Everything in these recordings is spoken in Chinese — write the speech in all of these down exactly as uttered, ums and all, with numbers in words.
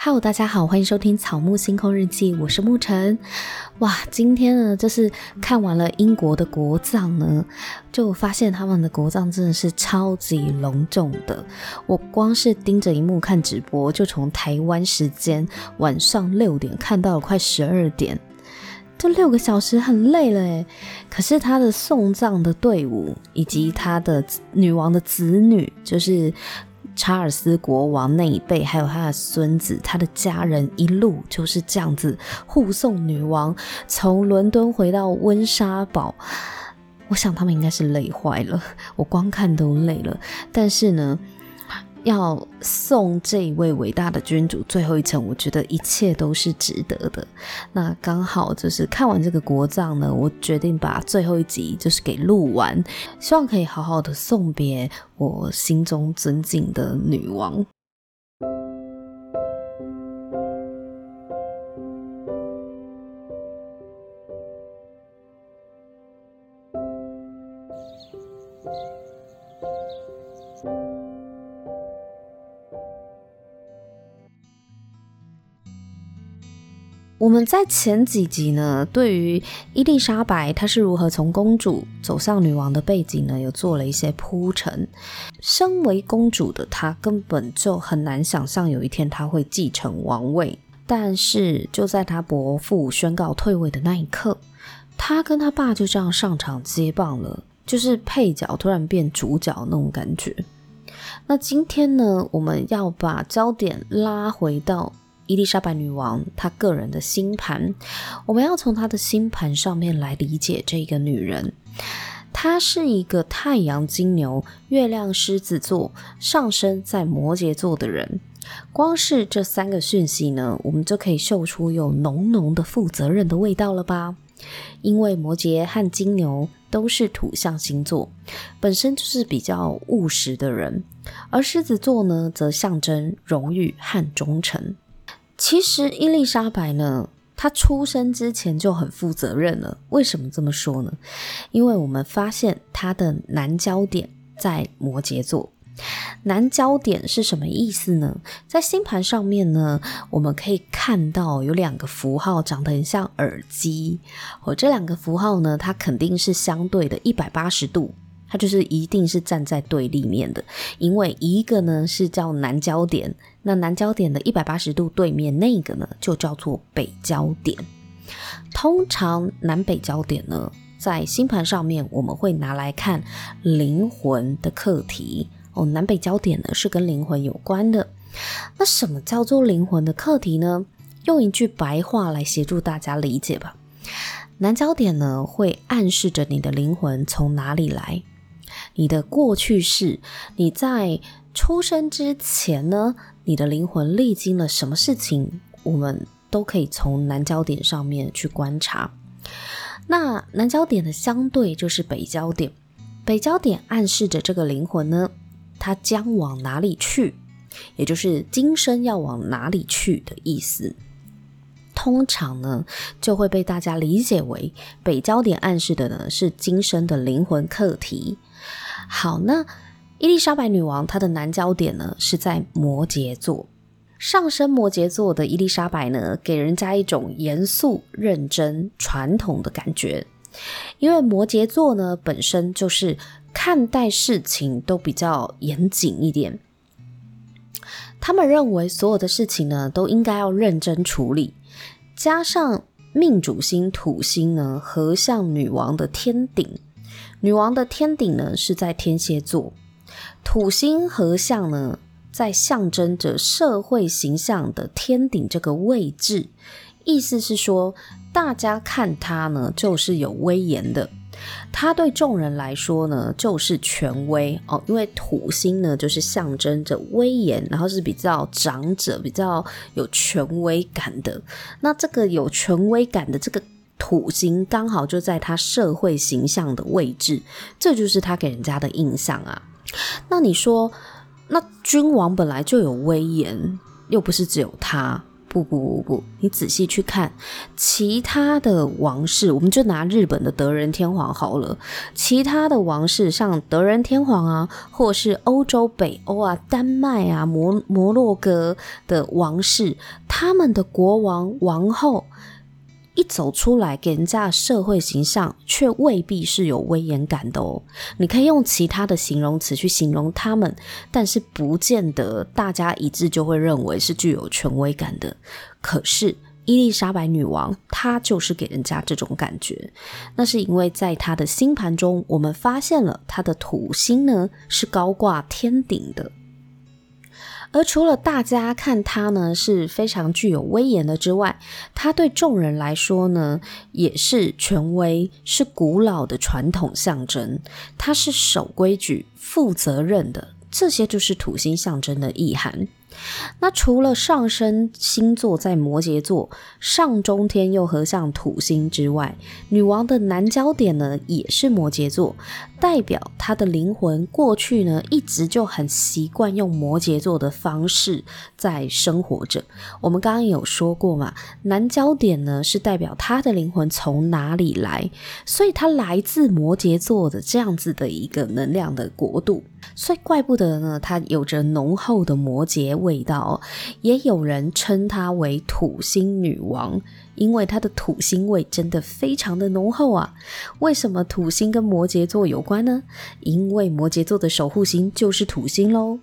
Hello， 大家好，欢迎收听草木星空日记，我是沐晨。哇，今天呢，就是看完了英国的国葬呢，就发现他们的国葬真的是超级隆重的。我光是盯着荧幕看直播，就从台湾时间晚上六点看到了快十二点。这六个小时很累了耶，可是他的送葬的队伍以及他的女王的子女，就是查尔斯国王那一辈，还有他的孙子，他的家人一路就是这样子护送女王从伦敦回到温莎堡。我想他们应该是累坏了，我光看都累了。但是呢，要送这一位伟大的君主最后一程，我觉得一切都是值得的。那刚好就是看完这个国葬呢，我决定把最后一集就是给录完，希望可以好好的送别我心中尊敬的女王。我们在前几集呢，对于伊丽莎白她是如何从公主走向女王的背景呢，有做了一些铺陈。身为公主的她根本就很难想象有一天她会继承王位，但是就在她伯父宣告退位的那一刻，她跟她爸就这样上场接棒了，就是配角突然变主角那种感觉。那今天呢，我们要把焦点拉回到伊丽莎白女王她个人的星盘，我们要从她的星盘上面来理解这个女人。她是一个太阳金牛、月亮狮子座、上升在摩羯座的人。光是这三个讯息呢，我们就可以嗅出有浓浓的负责任的味道了吧？因为摩羯和金牛都是土象星座，本身就是比较务实的人，而狮子座呢，则象征荣誉和忠诚。其实伊丽莎白呢，她出生之前就很负责任了。为什么这么说呢？因为我们发现她的南交点在摩羯座。南交点是什么意思呢？在星盘上面呢，我们可以看到有两个符号长得很像耳机。哦，这两个符号呢，它肯定是相对的一百八十度。它就是一定是站在对立面的，因为一个呢是叫南交点，那南交点的一百八十度对面那个呢就叫做北交点。通常南北交点呢，在星盘上面我们会拿来看灵魂的课题哦，南北交点呢是跟灵魂有关的。那什么叫做灵魂的课题呢？用一句白话来协助大家理解吧。南交点呢会暗示着你的灵魂从哪里来，你的过去式，你在出生之前呢，你的灵魂历经了什么事情，我们都可以从南交点上面去观察。那南交点的相对就是北交点，北交点暗示着这个灵魂呢，它将往哪里去，也就是今生要往哪里去的意思。通常呢，就会被大家理解为北交点暗示的呢是今生的灵魂课题。好，那伊丽莎白女王她的南交点呢是在摩羯座，上升摩羯座的伊丽莎白呢，给人家一种严肃、认真、传统的感觉。因为摩羯座呢本身就是看待事情都比较严谨一点，他们认为所有的事情呢都应该要认真处理。加上命主星土星呢合向女王的天顶，女王的天顶呢是在天蝎座，土星合相呢在象征着社会形象的天顶这个位置，意思是说大家看他呢就是有威严的，他对众人来说呢就是权威哦，因为土星呢就是象征着威严，然后是比较长者、比较有权威感的。那这个有权威感的这个土星刚好就在他社会形象的位置，这就是他给人家的印象啊。那你说，那君王本来就有威严，又不是只有他， 不不不不，你仔细去看其他的王室，我们就拿日本的德仁天皇好了，其他的王室像德仁天皇啊，或是欧洲北欧啊、丹麦啊、摩摩洛哥的王室，他们的国王王后一走出来给人家的社会形象却未必是有威严感的哦。你可以用其他的形容词去形容他们，但是不见得大家一致就会认为是具有权威感的。可是伊丽莎白女王她就是给人家这种感觉，那是因为在她的星盘中，我们发现了她的土星呢是高挂天顶的。而除了大家看他呢是非常具有威严的之外，他对众人来说呢也是权威，是古老的传统象征，他是守规矩、负责任的，这些就是土星象征的意涵。那除了上升星座在摩羯座，上中天又合向土星之外，女王的南焦点呢也是摩羯座，代表她的灵魂过去呢一直就很习惯用摩羯座的方式在生活着。我们刚刚有说过嘛，南焦点呢是代表她的灵魂从哪里来，所以她来自摩羯座的这样子的一个能量的国度，所以怪不得呢她有着浓厚的摩羯味道哦。也有人称她为土星女王，因为她的土星味真的非常的浓厚啊。为什么土星跟摩羯座有关呢？因为摩羯座的守护星就是土星咯。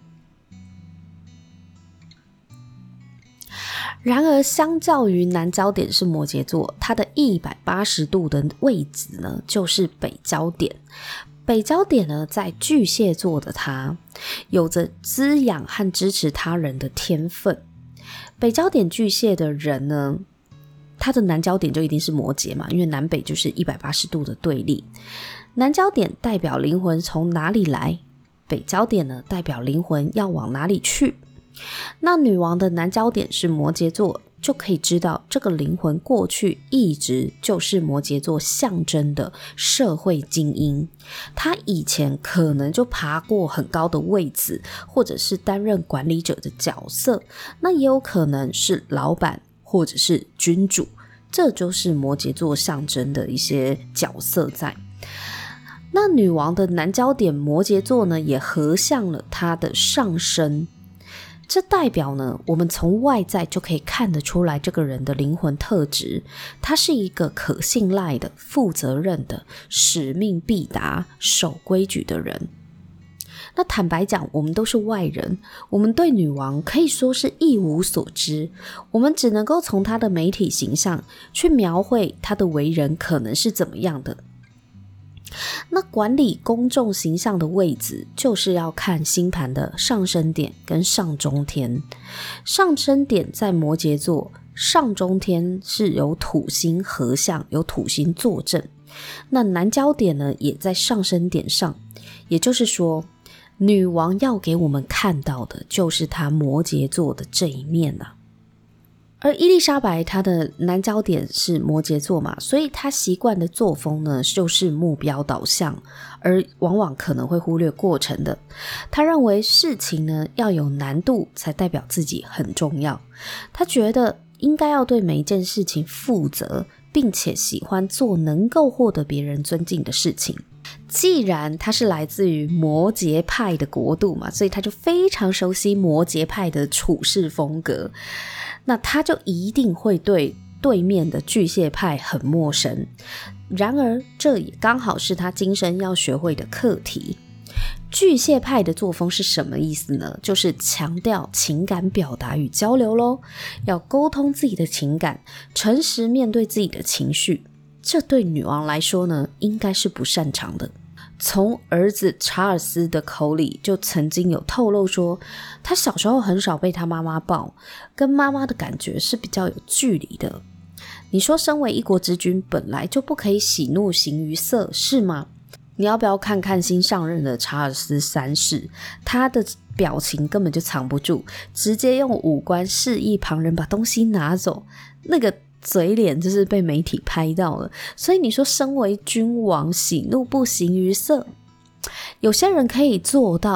然而相较于南焦点是摩羯座，它的一百八十度的位置呢就是北焦点。北焦点呢在巨蟹座的它有着滋养和支持他人的天分。北焦点巨蟹的人呢，他的南焦点就一定是摩羯嘛，因为南北就是一百八十度的对立。南焦点代表灵魂从哪里来，北焦点呢代表灵魂要往哪里去。那女王的南焦点是摩羯座，就可以知道这个灵魂过去一直就是摩羯座象征的社会精英，他以前可能就爬过很高的位置，或者是担任管理者的角色，那也有可能是老板或者是君主，这就是摩羯座象征的一些角色在。那女王的南焦点摩羯座呢，也合向了她的上升，这代表呢，我们从外在就可以看得出来这个人的灵魂特质，他是一个可信赖的、负责任的、使命必达、守规矩的人。那坦白讲，我们都是外人，我们对女王可以说是一无所知，我们只能够从她的媒体形象去描绘她的为人可能是怎么样的。那管理公众形象的位置就是要看星盘的上升点跟上中天。上升点在摩羯座，上中天是由土星合相，由土星坐镇。那南焦点呢也在上升点上，也就是说女王要给我们看到的就是她摩羯座的这一面啊。而伊丽莎白她的南焦点是摩羯座嘛，所以她习惯的作风呢就是目标导向，而往往可能会忽略过程的。她认为事情呢要有难度才代表自己很重要，她觉得应该要对每一件事情负责，并且喜欢做能够获得别人尊敬的事情。既然他是来自于摩羯派的国度嘛，所以他就非常熟悉摩羯派的处事风格，那他就一定会对对面的巨蟹派很陌生。然而这也刚好是他今生要学会的课题。巨蟹派的作风是什么意思呢？就是强调情感表达与交流咯，要沟通自己的情感，诚实面对自己的情绪。这对女王来说呢，应该是不擅长的。从儿子查尔斯的口里就曾经有透露说，他小时候很少被他妈妈抱，跟妈妈的感觉是比较有距离的。你说身为一国之君，本来就不可以喜怒形于色，是吗？你要不要看看新上任的查尔斯三世，他的表情根本就藏不住，直接用五官示意旁人把东西拿走，那个嘴脸就是被媒体拍到了。所以你说身为君王喜怒不形于色，有些人可以做到，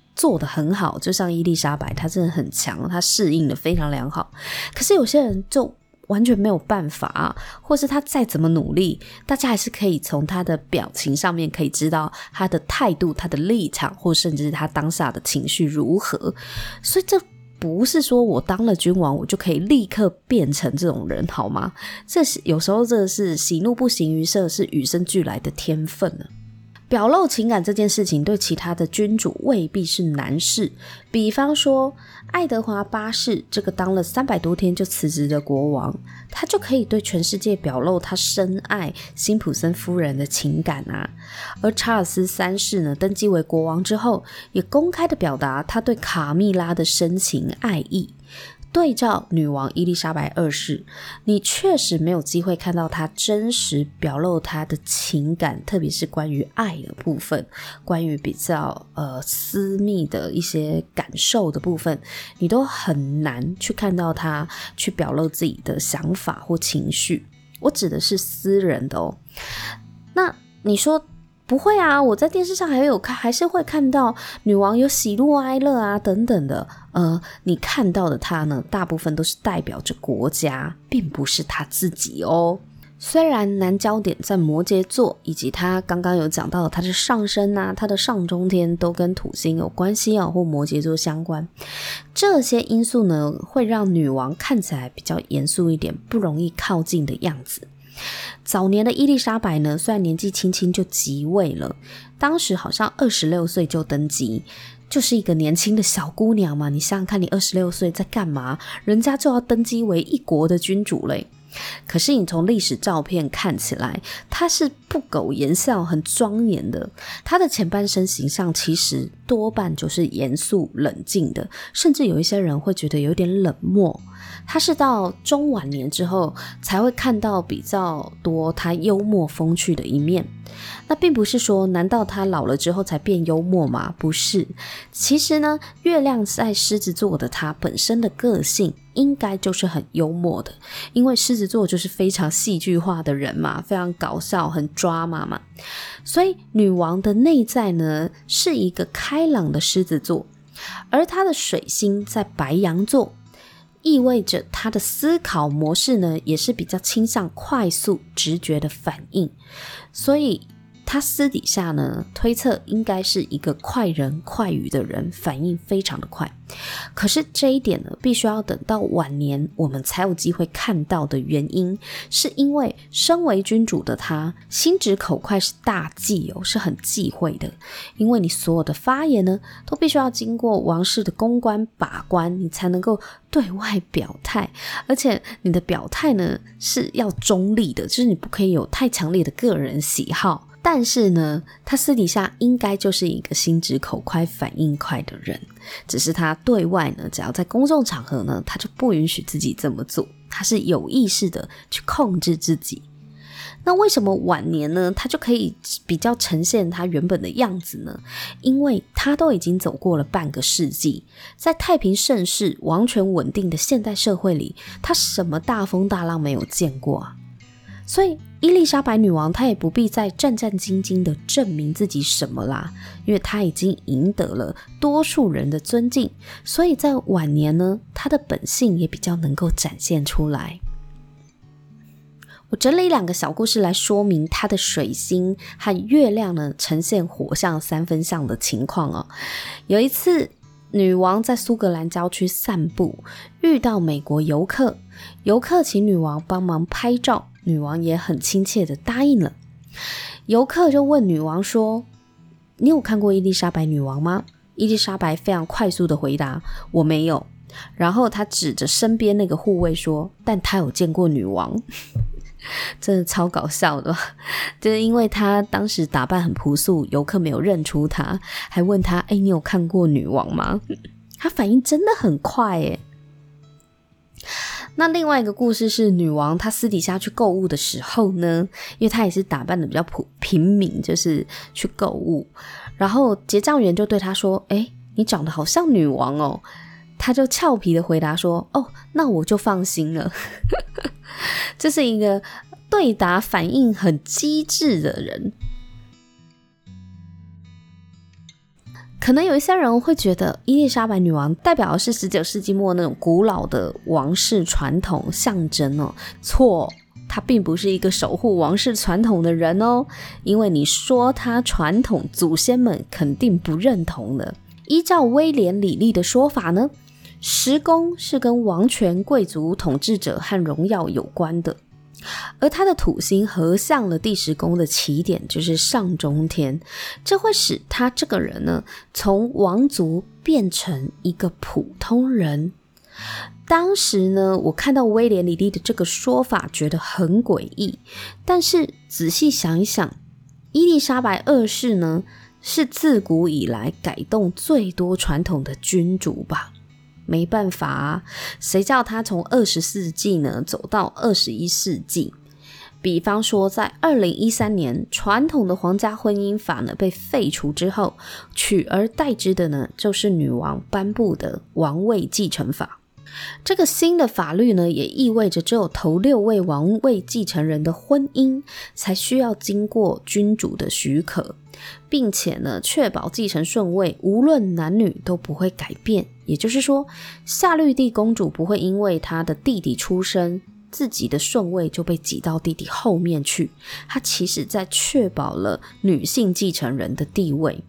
做得很好，就像伊丽莎白，她真的很强，她适应的非常良好。可是有些人就完全没有办法啊，或是他再怎么努力，大家还是可以从他的表情上面可以知道他的态度、他的立场，或甚至是他当下的情绪如何。所以这不是说我当了君王我就可以立刻变成这种人，好吗？这是有时候这是喜怒不形于色，是与生俱来的天分呢。表露情感这件事情对其他的君主未必是难事，比方说爱德华八世这个当了三百多天就辞职的国王，他就可以对全世界表露他深爱辛普森夫人的情感啊。而查尔斯三世呢，登基为国王之后，也公开的表达他对卡蜜拉的深情爱意。对照女王伊丽莎白二世，你确实没有机会看到她真实表露她的情感，特别是关于爱的部分，关于比较呃私密的一些感受的部分，你都很难去看到她去表露自己的想法或情绪。我指的是私人的哦。那你说不会啊，我在电视上还有看，还是会看到女王有喜怒哀乐啊等等的。呃，你看到的她呢，大部分都是代表着国家，并不是她自己哦。虽然南焦点在摩羯座，以及她刚刚有讲到她的上升啊，她的上中天都跟土星有关系啊，或摩羯座相关，这些因素呢，会让女王看起来比较严肃一点，不容易靠近的样子。早年的伊丽莎白呢，虽然年纪轻轻就即位了，当时好像二十六岁就登基，就是一个年轻的小姑娘嘛，你想想看，你二十六岁在干嘛？人家就要登基为一国的君主嘞。可是你从历史照片看起来，她是不苟言笑，很庄严的。她的前半生形象其实多半就是严肃冷静的，甚至有一些人会觉得有点冷漠。她是到中晚年之后才会看到比较多她幽默风趣的一面。那并不是说难道她老了之后才变幽默吗？不是，其实呢，月亮在狮子座的她本身的个性应该就是很幽默的，因为狮子座就是非常戏剧化的人嘛，非常搞笑，很drama嘛。所以女王的内在呢，是一个开朗的狮子座，而她的水星在白羊座，意味着她的思考模式呢，也是比较倾向快速直觉的反应。所以他私底下呢，推测应该是一个快人快语的人，反应非常的快。可是这一点呢，必须要等到晚年我们才有机会看到的原因，是因为身为君主的他，心直口快是大忌哦，是很忌讳的。因为你所有的发言呢，都必须要经过王室的公关把关，你才能够对外表态，而且你的表态呢是要中立的，就是你不可以有太强烈的个人喜好。但是呢，他私底下应该就是一个心直口快反应快的人，只是他对外呢，只要在公众场合呢，他就不允许自己这么做，他是有意识的去控制自己。那为什么晚年呢，他就可以比较呈现他原本的样子呢？因为他都已经走过了半个世纪，在太平盛世王权稳定的现代社会里，他什么大风大浪没有见过啊？所以伊丽莎白女王她也不必再战战兢兢的证明自己什么啦，因为她已经赢得了多数人的尊敬，所以在晚年呢，她的本性也比较能够展现出来。我整理两个小故事来说明她的水星和月亮呢呈现火象三分相的情况哦。有一次女王在苏格兰郊区散步，遇到美国游客，游客请女王帮忙拍照，女王也很亲切的答应了。游客就问女王说，你有看过伊丽莎白女王吗？伊丽莎白非常快速的回答，我没有。然后她指着身边那个护卫说，但她有见过女王。真的超搞笑的，就是因为她当时打扮很朴素，游客没有认出她，还问她，哎，你有看过女王吗？她反应真的很快耶。那另外一个故事是女王她私底下去购物的时候呢，因为她也是打扮的比较普平民，就是去购物，然后结账员就对她说，诶，你长得好像女王哦。她就俏皮的回答说，哦，那我就放心了。这是一个对答反应很机智的人。 可能有一些人会觉得伊丽莎白女王代表的是十九世纪末那种古老的王室传统象征哦，错，她并不是一个守护王室传统的人哦，因为你说她传统，祖先们肯定不认同的。依照威廉·李历的说法呢，十宫是跟王权、贵族、统治者和荣耀有关的，而他的土星合向了第十宫的起点，就是上中天，这会使他这个人呢，从王族变成一个普通人。当时呢，我看到威廉·李历的这个说法觉得很诡异，但是仔细想一想，伊丽莎白二世呢，是自古以来改动最多传统的君主吧。没办法啊，谁叫他从二十世纪呢走到二十一世纪。比方说在二零一三年传统的皇家婚姻法呢被废除之后，取而代之的呢就是女王颁布的王位继承法。这个新的法律呢也意味着只有头六位王位继承人的婚姻才需要经过君主的许可，并且呢确保继承顺位无论男女都不会改变。也就是说，夏绿蒂公主不会因为她的弟弟出生，自己的顺位就被挤到弟弟后面去，她其实在确保了女性继承人的地位。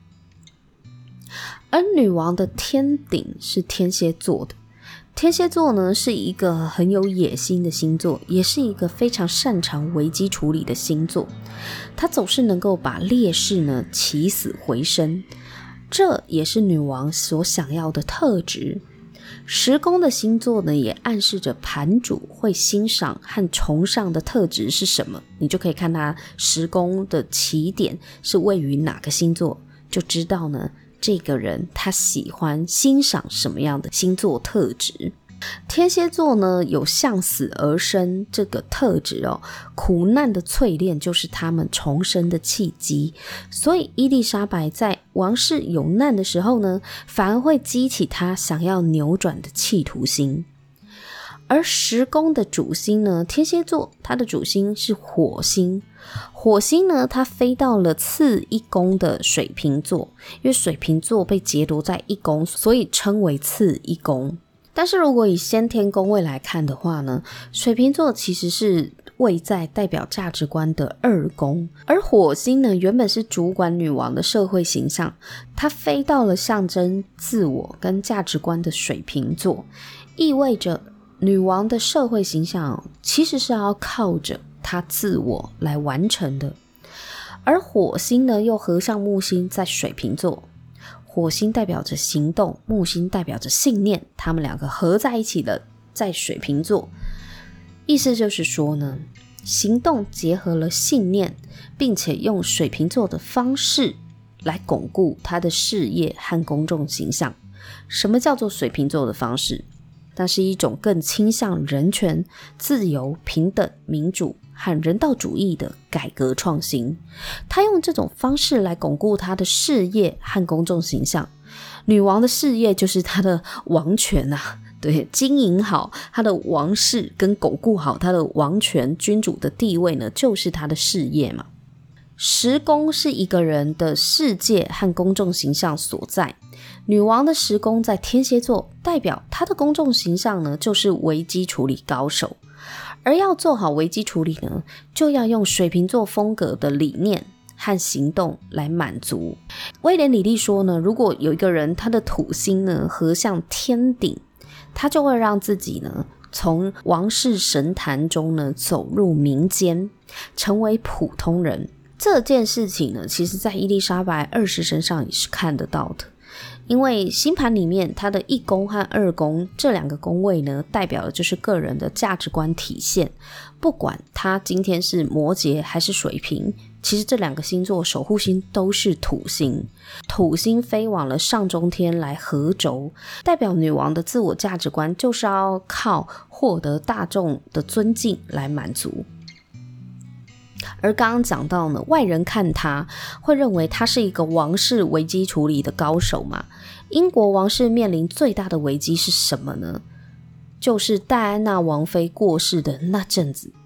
而女王的天顶是天蝎座的，天蝎座呢是一个很有野心的星座，也是一个非常擅长危机处理的星座，它总是能够把劣势呢起死回生，这也是女王所想要的特质。十宫的星座呢也暗示着盘主会欣赏和崇尚的特质是什么，你就可以看它十宫的起点是位于哪个星座，就知道呢这个人他喜欢欣赏什么样的星座特质。天蝎座呢有向死而生这个特质哦，苦难的淬炼就是他们重生的契机，所以伊丽莎白在王室有难的时候呢，反而会激起她想要扭转的企图心。而十宫的主星呢，天蝎座它的主星是火星，火星呢它飞到了次一宫的水瓶座，因为水瓶座被劫夺在一宫，所以称为次一宫。但是如果以先天宫位来看的话呢，水瓶座其实是位在代表价值观的二宫，而火星呢原本是主管女王的社会形象，它飞到了象征自我跟价值观的水瓶座，意味着女王的社会形象其实是要靠着她自我来完成的。而火星呢又合上木星在水瓶座，火星代表着行动，木星代表着信念，他们两个合在一起的在水瓶座，意思就是说呢，行动结合了信念，并且用水瓶座的方式来巩固他的事业和公众形象。什么叫做水瓶座的方式？那是一种更倾向人权、自由、平等、民主和人道主义的改革创新。他用这种方式来巩固他的事业和公众形象。女王的事业就是她的王权啊，对，经营好她的王室跟巩固好她的王权君主的地位呢，就是她的事业嘛。十宫是一个人的世界和公众形象所在，女王的十宫在天蝎座，代表她的公众形象呢就是危机处理高手，而要做好危机处理呢，就要用水瓶座风格的理念和行动来满足。威廉·李历说呢，如果有一个人他的土星呢合向天顶，他就会让自己呢从王室神坛中呢走入民间，成为普通人。这件事情呢，其实在伊丽莎白二世身上也是看得到的，因为星盘里面它的一宫和二宫这两个宫位呢，代表的就是个人的价值观体现。不管他今天是摩羯还是水瓶，其实这两个星座守护星都是土星，土星飞往了上中天来合轴，代表女王的自我价值观就是要靠获得大众的尊敬来满足。而刚刚讲到呢，外人看他会认为他是一个王室危机处理的高手嘛。英国王室面临最大的危机是什么呢？就是戴安娜王妃过世的那阵子，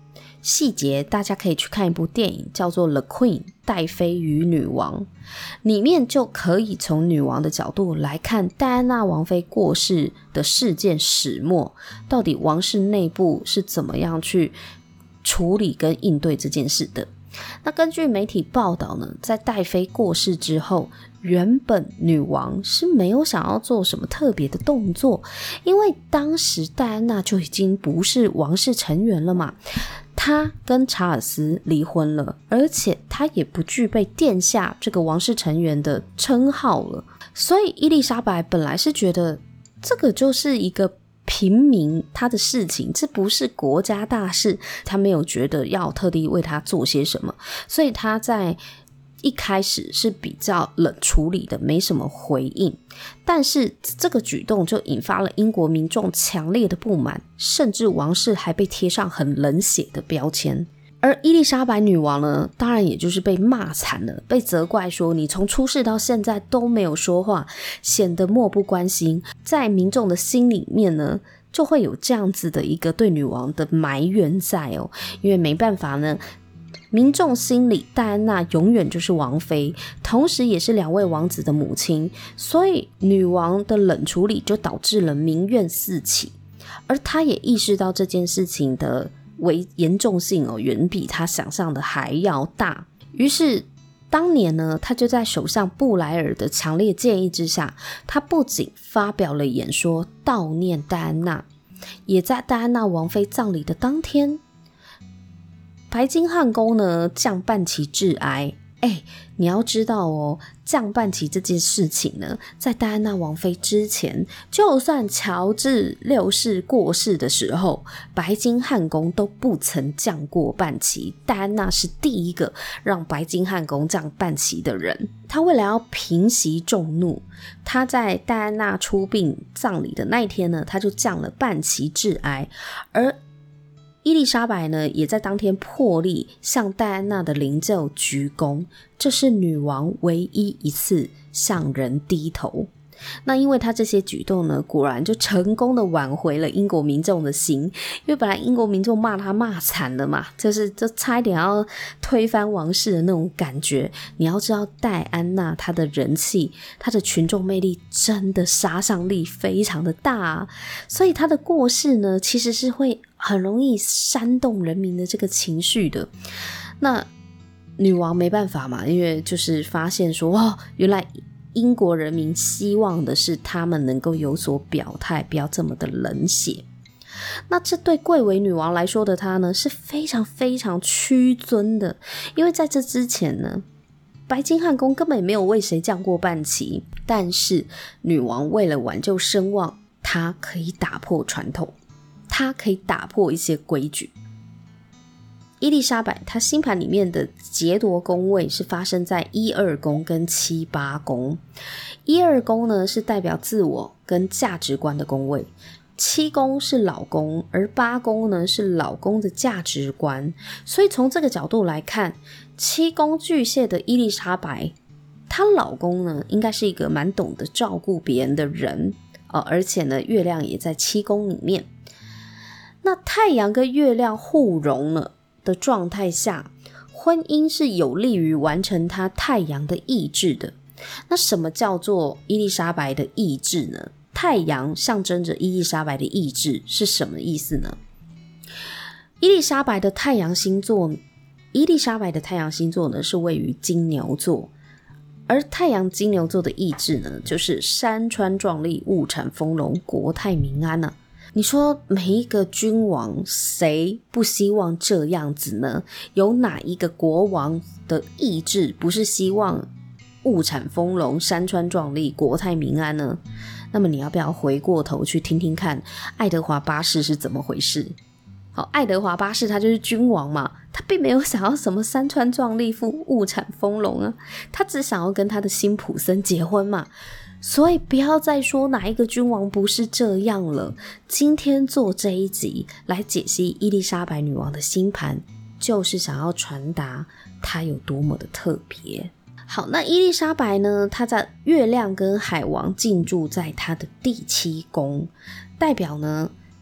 细节大家可以去看一部电影叫做 The Queen 戴妃与女王，里面就可以从女王的角度来看戴安娜王妃过世的事件始末，到底王室内部是怎么样去处理跟应对这件事的。那根据媒体报道呢，在戴妃过世之后，原本女王是没有想要做什么特别的动作，因为当时戴安娜就已经不是王室成员了嘛，她跟查尔斯离婚了，而且她也不具备殿下这个王室成员的称号了，所以伊丽莎白本来是觉得这个就是一个平民他的事情，这不是国家大事，他没有觉得要特地为他做些什么，所以他在一开始是比较冷处理的，没什么回应。但是这个举动就引发了英国民众强烈的不满，甚至王室还被贴上很冷血的标签。而伊丽莎白女王呢，当然也就是被骂惨了，被责怪说你从出世到现在都没有说话，显得漠不关心。在民众的心里面呢，就会有这样子的一个对女王的埋怨在哦，因为没办法呢，民众心里戴安娜永远就是王妃，同时也是两位王子的母亲，所以女王的冷处理就导致了民怨四起。而她也意识到这件事情的为严重性哦，远比他想象的还要大。于是当年呢，他就在首相布莱尔的强烈建议之下，他不仅发表了演说悼念戴安娜，也在戴安娜王妃葬礼的当天，白金汉宫呢降半旗致哀。哎，你要知道哦，降半旗这件事情呢，在戴安娜王妃之前，就算乔治六世过世的时候，白金汉宫都不曾降过半旗。戴安娜是第一个让白金汉宫降半旗的人。他为了要平息众怒，他在戴安娜出殡葬礼的那一天呢，他就降了半旗致哀。而伊丽莎白呢，也在当天破例向戴安娜的灵柩鞠躬，这是女王唯一一次向人低头。那因为她这些举动呢，果然就成功的挽回了英国民众的心，因为本来英国民众骂她骂惨了嘛，就是就差一点要推翻王室的那种感觉。你要知道戴安娜她的人气，她的群众魅力真的杀伤力非常的大啊，所以她的过世呢，其实是会很容易煽动人民的这个情绪的。那女王没办法嘛，因为就是发现说，哦，原来英国人民希望的是他们能够有所表态，不要这么的冷血。那这对贵为女王来说的她呢，是非常非常屈尊的，因为在这之前呢，白金汉宫根本也没有为谁降过半旗。但是女王为了挽救声望，她可以打破传统，她可以打破一些规矩。伊丽莎白她星盘里面的劫夺宫位是发生在一二宫跟七八宫。一二宫呢是代表自我跟价值观的宫位，七宫是老公，而八宫呢是老公的价值观。所以从这个角度来看，七宫巨蟹的伊丽莎白，她老公呢应该是一个蛮懂得照顾别人的人，呃、而且呢月亮也在七宫里面。那太阳跟月亮互融了的状态下，婚姻是有利于完成他太阳的意志的。那什么叫做伊丽莎白的意志呢？太阳象征着伊丽莎白的意志是什么意思呢？伊丽莎白的太阳星座，伊丽莎白的太阳星座呢是位于金牛座，而太阳金牛座的意志呢，就是山川壮丽、物产丰隆、国泰民安啊。你说每一个君王谁不希望这样子呢？有哪一个国王的意志不是希望物产丰隆、山川壮丽、国泰民安呢？那么你要不要回过头去听听看爱德华八世是怎么回事？好，爱德华八世他就是君王嘛，他并没有想要什么山川壮丽、物产丰隆啊，他只想要跟他的辛普森结婚嘛。所以不要再说哪一个君王不是这样了。今天做这一集来解析伊丽莎白女王的星盘，就是想要传达她有多么的特别。好，那伊丽莎白呢，她在月亮跟海王进驻在她的第七宫，代表呢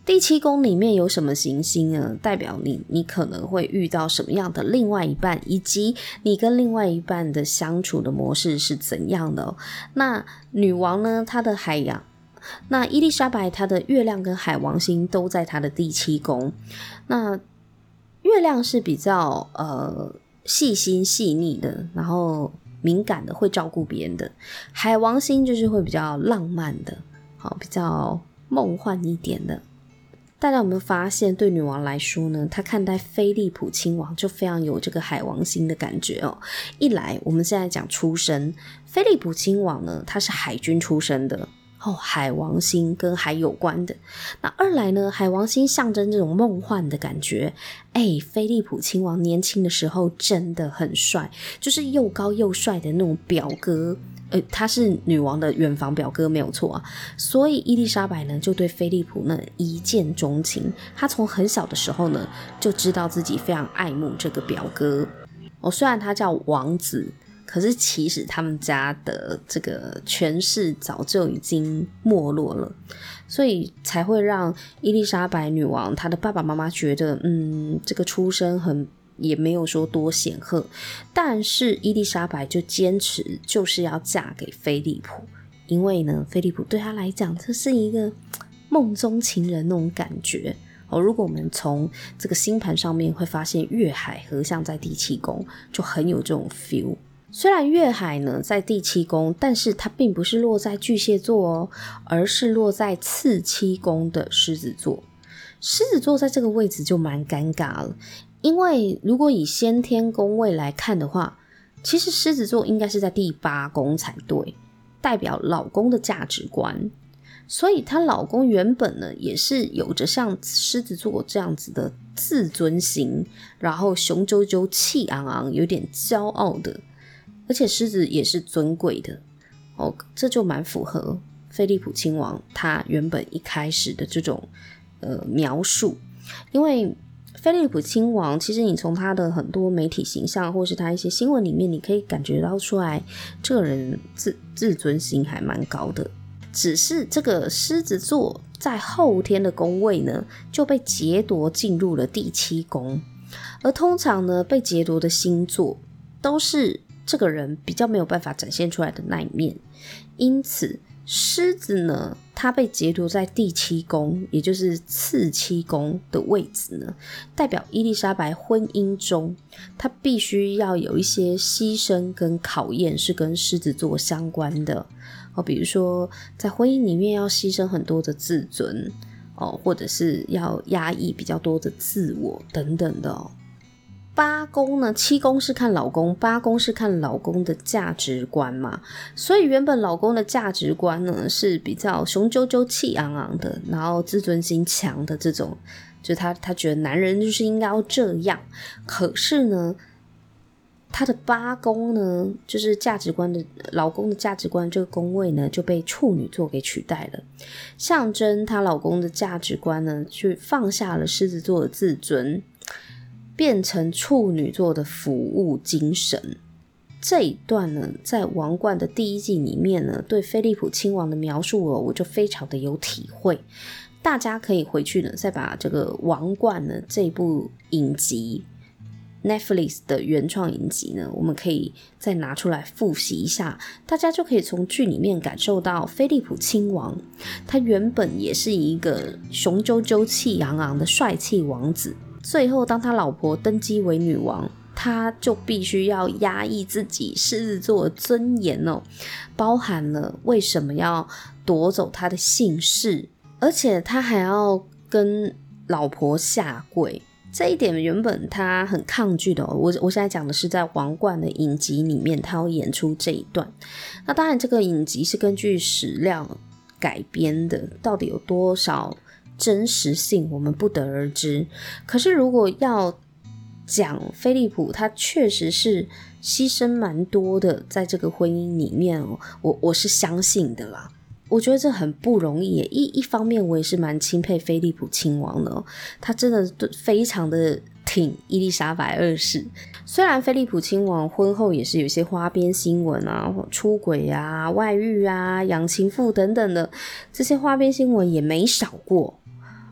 第七宫里面有什么行星呢？代表你你可能会遇到什么样的另外一半，以及你跟另外一半的相处的模式是怎样的哦。那女王呢，她的海洋，那伊丽莎白她的月亮跟海王星都在她的第七宫。那月亮是比较呃细心细腻的，然后敏感的，会照顾别人的。海王星就是会比较浪漫的，好，比较梦幻一点的。大家有没有发现，对女王来说呢，她看待菲利普亲王就非常有这个海王星的感觉哦。一来，我们现在讲出身，菲利普亲王呢，他是海军出身的哦，海王星跟海有关的。那二来呢，海王星象征这种梦幻的感觉。哎，菲利普亲王年轻的时候真的很帅，就是又高又帅的那种表哥。呃，他是女王的远房表哥没有错啊，所以伊丽莎白呢就对菲利普呢一见钟情。她从很小的时候呢就知道自己非常爱慕这个表哥。哦，虽然他叫王子，可是其实他们家的这个权势早就已经没落了，所以才会让伊丽莎白女王她的爸爸妈妈觉得，嗯，这个出身很。也没有说多显赫，但是伊丽莎白就坚持就是要嫁给菲利普，因为呢，菲利普对她来讲这是一个梦中情人那种感觉哦。如果我们从这个星盘上面会发现月海合相在第七宫，就很有这种 feel。虽然月海呢在第七宫，但是它并不是落在巨蟹座哦，而是落在次七宫的狮子座。狮子座在这个位置就蛮尴尬了。因为如果以先天宫位来看的话，其实狮子座应该是在第八宫才对，代表老公的价值观。所以她老公原本呢也是有着像狮子座这样子的自尊心，然后雄赳赳气昂昂，有点骄傲的，而且狮子也是尊贵的哦，这就蛮符合菲利普亲王他原本一开始的这种呃描述。因为菲利普亲王其实你从他的很多媒体形象或是他一些新闻里面，你可以感觉到出来这个人 自, 自尊心还蛮高的。只是这个狮子座在后天的宫位呢就被劫夺进入了第七宫，而通常呢被劫夺的星座都是这个人比较没有办法展现出来的那一面。因此狮子呢它被劫夺在第七宫，也就是次七宫的位置呢，代表伊丽莎白婚姻中她必须要有一些牺牲跟考验是跟狮子座相关的哦，比如说在婚姻里面要牺牲很多的自尊哦，或者是要压抑比较多的自我等等的哦。八宫呢，七宫是看老公，八宫是看老公的价值观嘛，所以原本老公的价值观呢是比较雄赳赳气昂昂的，然后自尊心强的这种，就他他觉得男人就是应该要这样。可是呢他的八宫呢，就是价值观的老公的价值观这个宫位呢就被处女座给取代了，象征她老公的价值观呢去放下了狮子座的自尊，变成处女座的服务精神。这一段呢在王冠的第一季里面呢对菲利普亲王的描述哦，我就非常的有体会。大家可以回去呢再把这个王冠呢这部影集Netflix 的原创影集呢我们可以再拿出来复习一下，大家就可以从剧里面感受到菲利普亲王他原本也是一个雄赳赳气昂昂的帅气王子，最后当他老婆登基为女王，他就必须要压抑自己狮子座的尊严哦，包含了为什么要夺走他的姓氏，而且他还要跟老婆下跪，这一点原本他很抗拒的哦。我我现在讲的是在王冠的影集里面他要演出这一段。那当然这个影集是根据史料改编的，到底有多少真实性我们不得而知。可是如果要讲菲利普他确实是牺牲蛮多的在这个婚姻里面哦，我我是相信的啦。我觉得这很不容易耶，一一方面我也是蛮钦佩菲利普亲王的哦，他真的非常的挺伊丽莎白二世。虽然菲利普亲王婚后也是有一些花边新闻啊，出轨啊、外遇啊、养情妇等等的，这些花边新闻也没少过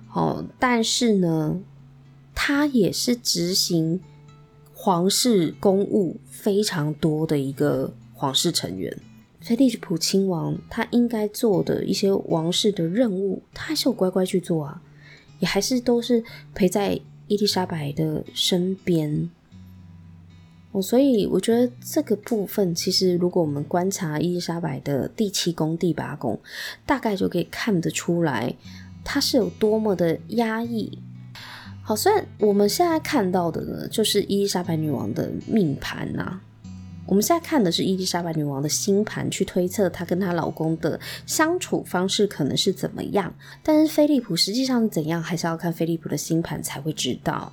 哦，但是呢，他也是执行皇室公务非常多的一个皇室成员。菲利普亲王他应该做的一些王室的任务，他还是有乖乖去做啊，也还是都是陪在伊丽莎白的身边。哦，所以我觉得这个部分其实如果我们观察伊丽莎白的第七宫第八宫，大概就可以看得出来她是有多么的压抑。好，虽然我们现在看到的呢就是伊丽莎白女王的命盘啊，我们现在看的是伊丽莎白女王的星盘，去推测她跟她老公的相处方式可能是怎么样，但是菲利普实际上怎样还是要看菲利普的星盘才会知道。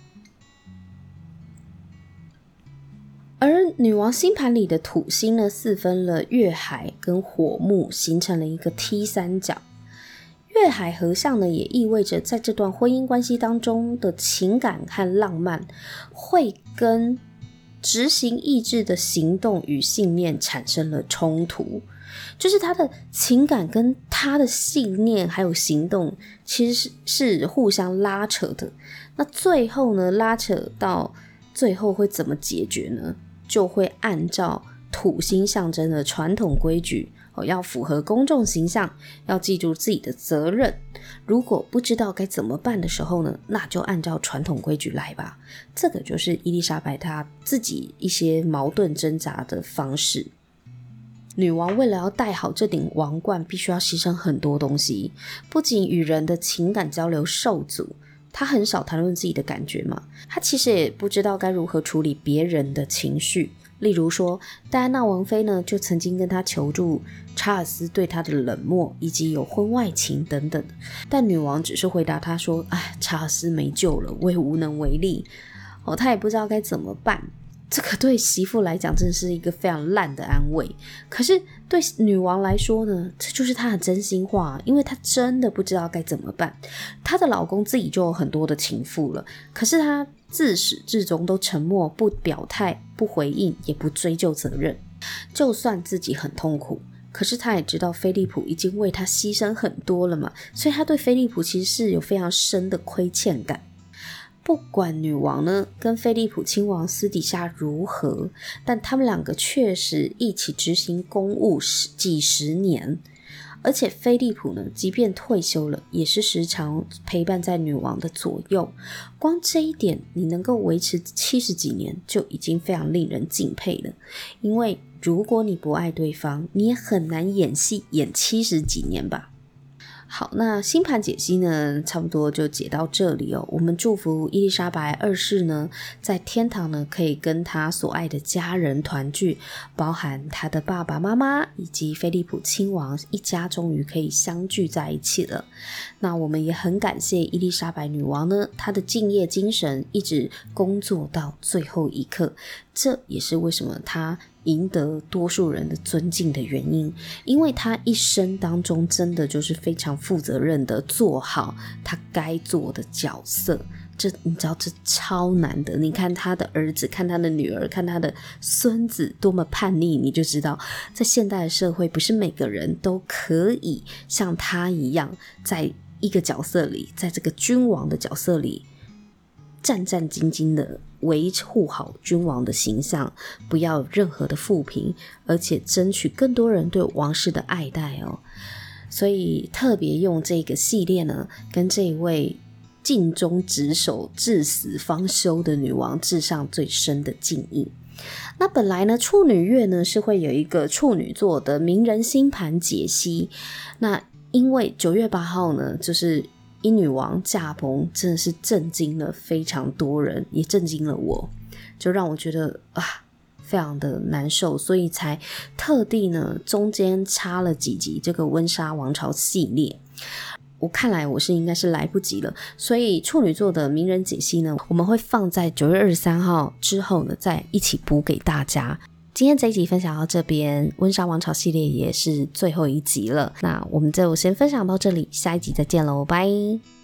而女王星盘里的土星呢，四分了月海跟火木，形成了一个 T 三角。月海合相呢，也意味着在这段婚姻关系当中的情感和浪漫会跟执行意志的行动与信念产生了冲突，就是他的情感跟他的信念还有行动其实是是互相拉扯的。那最后呢，拉扯到最后会怎么解决呢？就会按照土星象征的传统规矩，哦，要符合公众形象，要记住自己的责任。如果不知道该怎么办的时候呢，那就按照传统规矩来吧。这个就是伊丽莎白她自己一些矛盾挣扎的方式。女王为了要戴好这顶王冠，必须要牺牲很多东西，不仅与人的情感交流受阻，她很少谈论自己的感觉嘛，她其实也不知道该如何处理别人的情绪。例如说，戴安娜王妃呢就曾经跟她求助查尔斯对她的冷漠以及有婚外情等等，但女王只是回答她说，哎，查尔斯没救了，我也无能为力。哦，她也不知道该怎么办。这个对媳妇来讲真的是一个非常烂的安慰，可是对女王来说呢，这就是她的真心话，因为她真的不知道该怎么办。她的老公自己就有很多的情妇了，可是她自始至终都沉默，不表态，不回应，也不追究责任。就算自己很痛苦，可是她也知道菲利普已经为她牺牲很多了嘛，所以她对菲利普其实是有非常深的亏欠感。不管女王呢跟菲利普亲王私底下如何，但他们两个确实一起执行公务几十年，而且菲利普呢即便退休了，也是时常陪伴在女王的左右。光这一点你能够维持七十几年就已经非常令人敬佩了，因为如果你不爱对方，你也很难演戏演七十几年吧。好，那星盘解析呢差不多就解到这里哦。我们祝福伊丽莎白二世呢在天堂呢可以跟她所爱的家人团聚，包含她的爸爸妈妈以及菲利普亲王一家终于可以相聚在一起了。那我们也很感谢伊丽莎白女王呢，她的敬业精神一直工作到最后一刻，这也是为什么她赢得多数人的尊敬的原因，因为他一生当中真的就是非常负责任的做好他该做的角色。这你知道这超难的，你看他的儿子，看他的女儿，看他的孙子多么叛逆，你就知道在现代的社会不是每个人都可以像他一样在一个角色里，在这个君王的角色里战战兢兢的维护好君王的形象，不要有任何的负评，而且争取更多人对王室的爱戴哦。所以特别用这个系列呢，跟这一位尽忠职守至死方休的女王致上最深的敬意。那本来呢，处女月呢是会有一个处女座的名人星盘解析，那因为九月八号呢就是英女王驾崩，真的是震惊了非常多人，也震惊了我，就让我觉得啊非常的难受，所以才特地呢中间插了几集这个温莎王朝系列。我看来我是应该是来不及了，所以处女座的名人解析呢，我们会放在九月二十三号之后呢再一起补给大家。今天这一集分享到这边，温莎王朝系列也是最后一集了，那我们就先分享到这里，下一集再见喽，拜。